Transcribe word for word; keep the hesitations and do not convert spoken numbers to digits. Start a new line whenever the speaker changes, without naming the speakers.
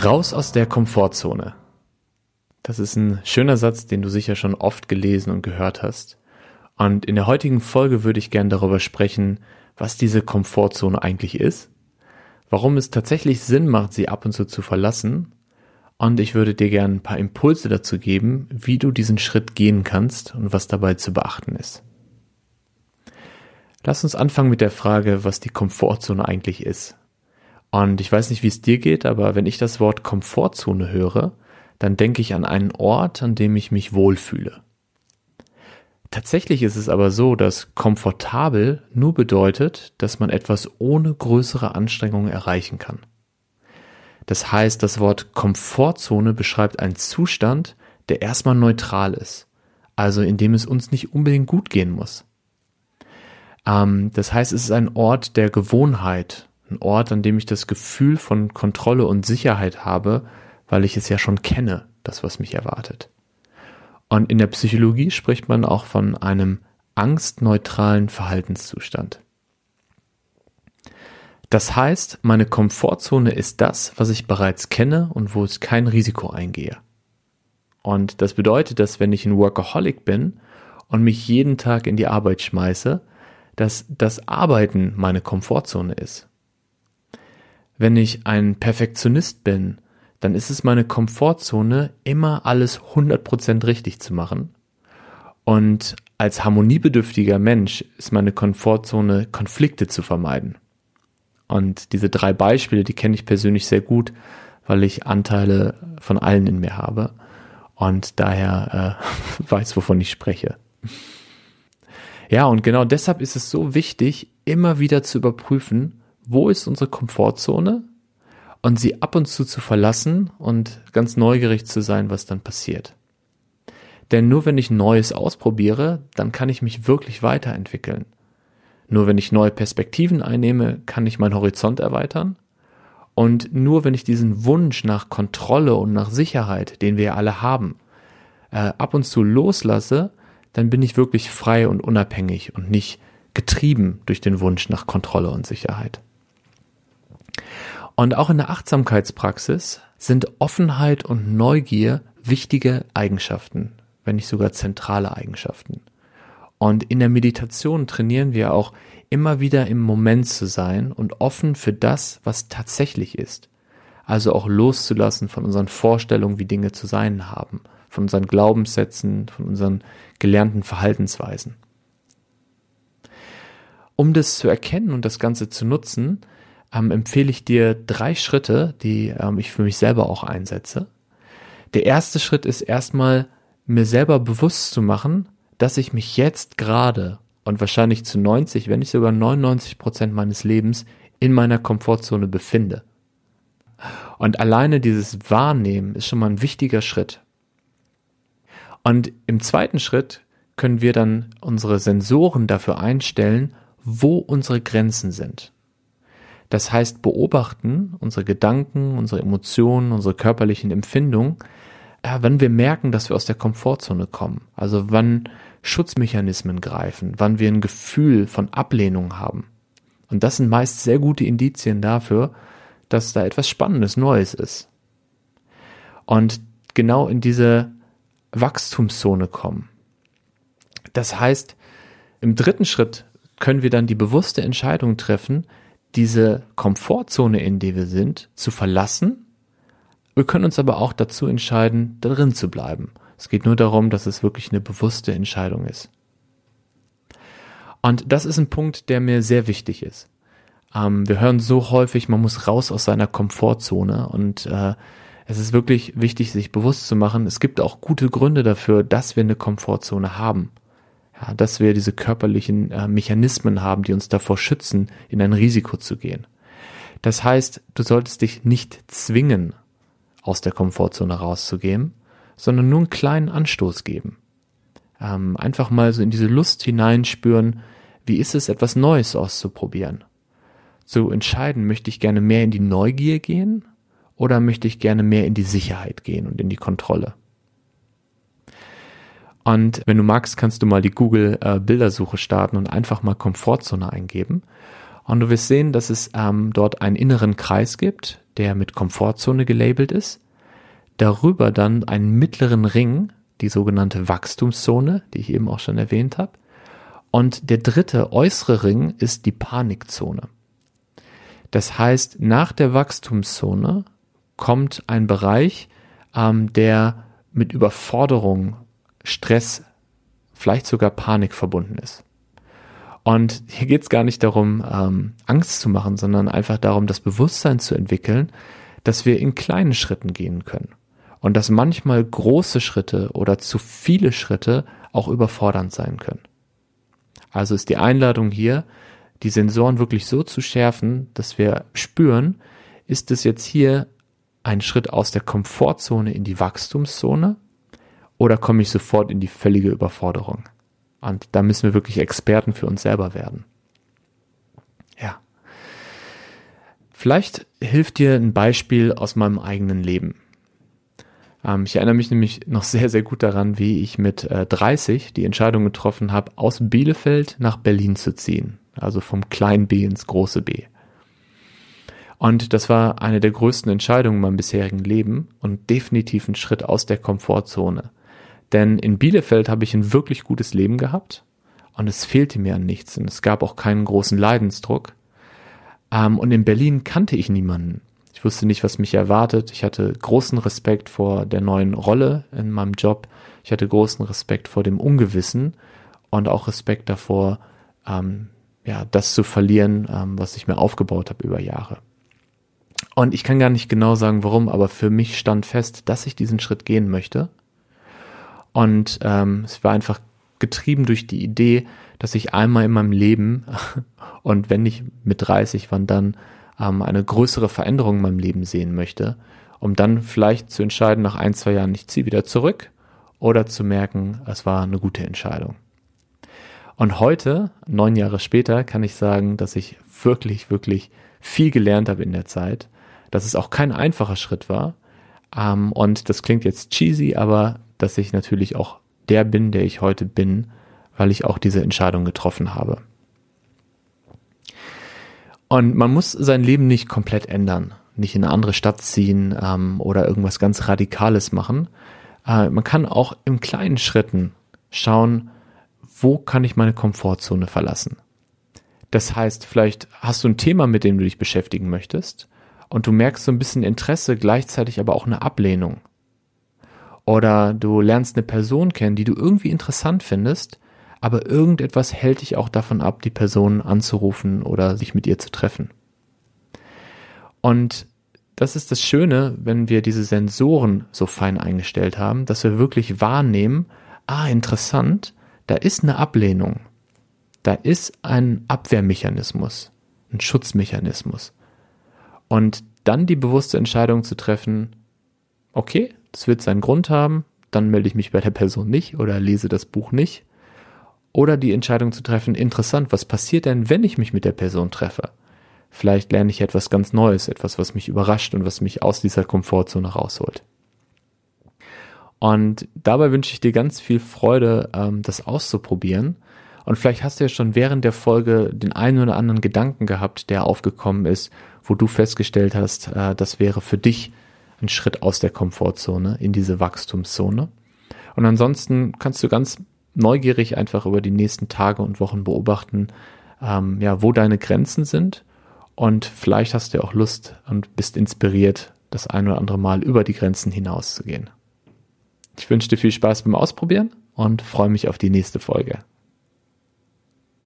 Raus aus der Komfortzone. Das ist ein schöner Satz, den du sicher schon oft gelesen und gehört hast. Und in der heutigen Folge würde ich gerne darüber sprechen, was diese Komfortzone eigentlich ist, warum es tatsächlich Sinn macht, sie ab und zu zu verlassen. Und ich würde dir gerne ein paar Impulse dazu geben, wie du diesen Schritt gehen kannst und was dabei zu beachten ist. Lass uns anfangen mit der Frage, was die Komfortzone eigentlich ist. Und ich weiß nicht, wie es dir geht, aber wenn ich das Wort Komfortzone höre, dann denke ich an einen Ort, an dem ich mich wohlfühle. Tatsächlich ist es aber so, dass komfortabel nur bedeutet, dass man etwas ohne größere Anstrengungen erreichen kann. Das heißt, das Wort Komfortzone beschreibt einen Zustand, der erstmal neutral ist, also in dem es uns nicht unbedingt gut gehen muss. Ähm, das heißt, es ist ein Ort der Gewohnheit, ein Ort, an dem ich das Gefühl von Kontrolle und Sicherheit habe, weil ich es ja schon kenne, das, was mich erwartet. Und in der Psychologie spricht man auch von einem angstneutralen Verhaltenszustand. Das heißt, meine Komfortzone ist das, was ich bereits kenne und wo ich kein Risiko eingehe. Und das bedeutet, dass wenn ich ein Workaholic bin und mich jeden Tag in die Arbeit schmeiße, dass das Arbeiten meine Komfortzone ist. Wenn ich ein Perfektionist bin, dann ist es meine Komfortzone, immer alles hundert Prozent richtig zu machen. Und als harmoniebedürftiger Mensch ist meine Komfortzone, Konflikte zu vermeiden. Und diese drei Beispiele, die kenne ich persönlich sehr gut, weil ich Anteile von allen in mir habe und daher äh, weiß, wovon ich spreche. Ja, und genau deshalb ist es so wichtig, immer wieder zu überprüfen, wo ist unsere Komfortzone und sie ab und zu zu verlassen und ganz neugierig zu sein, was dann passiert. Denn nur wenn ich Neues ausprobiere, dann kann ich mich wirklich weiterentwickeln. Nur wenn ich neue Perspektiven einnehme, kann ich meinen Horizont erweitern. Und nur wenn ich diesen Wunsch nach Kontrolle und nach Sicherheit, den wir ja alle haben, äh, ab und zu loslasse, dann bin ich wirklich frei und unabhängig und nicht getrieben durch den Wunsch nach Kontrolle und Sicherheit. Und auch in der Achtsamkeitspraxis sind Offenheit und Neugier wichtige Eigenschaften, wenn nicht sogar zentrale Eigenschaften. Und in der Meditation trainieren wir auch immer wieder im Moment zu sein und offen für das, was tatsächlich ist. Also auch loszulassen von unseren Vorstellungen, wie Dinge zu sein haben, von unseren Glaubenssätzen, von unseren gelernten Verhaltensweisen. Um das zu erkennen und das Ganze zu nutzen, ähm, empfehle ich dir drei Schritte, die ähm, ich für mich selber auch einsetze. Der erste Schritt ist erstmal, mir selber bewusst zu machen, dass ich mich jetzt gerade und wahrscheinlich zu neunzig, wenn nicht sogar neunundneunzig Prozent meines Lebens in meiner Komfortzone befinde. Und alleine dieses Wahrnehmen ist schon mal ein wichtiger Schritt. Und im zweiten Schritt können wir dann unsere Sensoren dafür einstellen, wo unsere Grenzen sind. Das heißt, beobachten unsere Gedanken, unsere Emotionen, unsere körperlichen Empfindungen, ja, wenn wir merken, dass wir aus der Komfortzone kommen. Also wann Schutzmechanismen greifen, wann wir ein Gefühl von Ablehnung haben. Und das sind meist sehr gute Indizien dafür, dass da etwas Spannendes, Neues ist. Und genau in diese Wachstumszone kommen. Das heißt, im dritten Schritt können wir dann die bewusste Entscheidung treffen, diese Komfortzone, in der wir sind, zu verlassen. Wir können uns aber auch dazu entscheiden, darin zu bleiben. Es geht nur darum, dass es wirklich eine bewusste Entscheidung ist. Und das ist ein Punkt, der mir sehr wichtig ist. Ähm, wir hören so häufig, man muss raus aus seiner Komfortzone und äh, es ist wirklich wichtig, sich bewusst zu machen, es gibt auch gute Gründe dafür, dass wir eine Komfortzone haben. Ja, dass wir diese körperlichen äh, Mechanismen haben, die uns davor schützen, in ein Risiko zu gehen. Das heißt, du solltest dich nicht zwingen, aus der Komfortzone rauszugehen, sondern nur einen kleinen Anstoß geben. Ähm, einfach mal so in diese Lust hineinspüren, wie ist es, etwas Neues auszuprobieren. Zu entscheiden, möchte ich gerne mehr in die Neugier gehen oder möchte ich gerne mehr in die Sicherheit gehen und in die Kontrolle. Und wenn du magst, kannst du mal die Google-Bildersuche starten und einfach mal Komfortzone eingeben. Und du wirst sehen, dass es ähm, dort einen inneren Kreis gibt, der mit Komfortzone gelabelt ist. Darüber dann einen mittleren Ring, die sogenannte Wachstumszone, die ich eben auch schon erwähnt habe. Und der dritte äußere Ring ist die Panikzone. Das heißt, nach der Wachstumszone kommt ein Bereich, ähm, der mit Überforderung, Stress, vielleicht sogar Panik verbunden ist. Und hier geht es gar nicht darum, ähm, Angst zu machen, sondern einfach darum, das Bewusstsein zu entwickeln, dass wir in kleinen Schritten gehen können. Und dass manchmal große Schritte oder zu viele Schritte auch überfordernd sein können. Also ist die Einladung hier, die Sensoren wirklich so zu schärfen, dass wir spüren, ist es jetzt hier ein Schritt aus der Komfortzone in die Wachstumszone oder komme ich sofort in die völlige Überforderung? Und da müssen wir wirklich Experten für uns selber werden. Ja. Vielleicht hilft dir ein Beispiel aus meinem eigenen Leben. Ähm, ich erinnere mich nämlich noch sehr, sehr gut daran, wie ich mit äh, dreißig die Entscheidung getroffen habe, aus Bielefeld nach Berlin zu ziehen. Also vom kleinen B ins große B. Und das war eine der größten Entscheidungen in meinem bisherigen Leben und definitiv ein Schritt aus der Komfortzone. Denn in Bielefeld habe ich ein wirklich gutes Leben gehabt und es fehlte mir an nichts und es gab auch keinen großen Leidensdruck. Ähm, und in Berlin kannte ich niemanden. Ich wusste nicht, was mich erwartet. Ich hatte großen Respekt vor der neuen Rolle in meinem Job. Ich hatte großen Respekt vor dem Ungewissen und auch Respekt davor, ähm, ja, das zu verlieren, ähm, was ich mir aufgebaut habe über Jahre. Und ich kann gar nicht genau sagen, warum, aber für mich stand fest, dass ich diesen Schritt gehen möchte. Und ähm, es war einfach getrieben durch die Idee, dass ich einmal in meinem Leben und wenn nicht mit dreißig, wann dann ähm, eine größere Veränderung in meinem Leben sehen möchte, um dann vielleicht zu entscheiden, nach ein, zwei Jahren, ich ziehe wieder zurück oder zu merken, es war eine gute Entscheidung. Und heute, neun Jahre später, kann ich sagen, dass ich wirklich, wirklich viel gelernt habe in der Zeit, dass es auch kein einfacher Schritt war. Ähm, und das klingt jetzt cheesy, aber dass ich natürlich auch der bin, der ich heute bin, weil ich auch diese Entscheidung getroffen habe. Und man muss sein Leben nicht komplett ändern, nicht in eine andere Stadt ziehen ähm, oder irgendwas ganz Radikales machen. Äh, man kann auch in kleinen Schritten schauen, wo kann ich meine Komfortzone verlassen. Das heißt, vielleicht hast du ein Thema, mit dem du dich beschäftigen möchtest und du merkst so ein bisschen Interesse, gleichzeitig aber auch eine Ablehnung. Oder du lernst eine Person kennen, die du irgendwie interessant findest, aber irgendetwas hält dich auch davon ab, die Person anzurufen oder sich mit ihr zu treffen. Und das ist das Schöne, wenn wir diese Sensoren so fein eingestellt haben, dass wir wirklich wahrnehmen, ah, interessant, da ist eine Ablehnung. Da ist ein Abwehrmechanismus, ein Schutzmechanismus. Und dann die bewusste Entscheidung zu treffen, okay, das wird seinen Grund haben, dann melde ich mich bei der Person nicht oder lese das Buch nicht. Oder die Entscheidung zu treffen, interessant, was passiert denn, wenn ich mich mit der Person treffe? Vielleicht lerne ich etwas ganz Neues, etwas, was mich überrascht und was mich aus dieser Komfortzone rausholt. Und dabei wünsche ich dir ganz viel Freude, das auszuprobieren. Und vielleicht hast du ja schon während der Folge den einen oder anderen Gedanken gehabt, der aufgekommen ist, wo du festgestellt hast, das wäre für dich ein Schritt aus der Komfortzone in diese Wachstumszone. Und ansonsten kannst du ganz neugierig einfach über die nächsten Tage und Wochen beobachten, ähm, ja, wo deine Grenzen sind. Und vielleicht hast du auch Lust und bist inspiriert, das ein oder andere Mal über die Grenzen hinauszugehen. Ich wünsche dir viel Spaß beim Ausprobieren und freue mich auf die nächste Folge.